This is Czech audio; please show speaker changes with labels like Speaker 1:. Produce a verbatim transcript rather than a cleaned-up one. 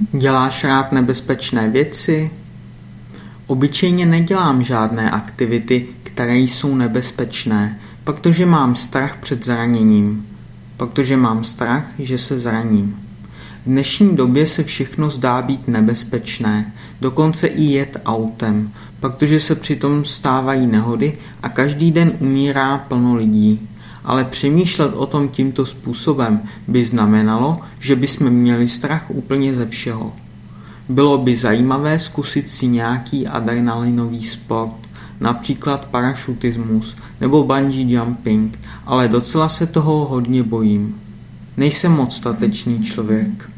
Speaker 1: Děláš rád nebezpečné věci? Obyčejně nedělám žádné aktivity, které jsou nebezpečné, protože mám strach před zraněním. Protože mám strach, že se zraním. V dnešní době se všechno zdá být nebezpečné, dokonce i jet autem, protože se přitom stávají nehody a každý den umírá plno lidí. Ale přemýšlet o tom tímto způsobem by znamenalo, že bychom měli strach úplně ze všeho. Bylo by zajímavé zkusit si nějaký adrenalinový sport, například parašutismus nebo bungee jumping, ale docela se toho hodně bojím. Nejsem moc statečný člověk.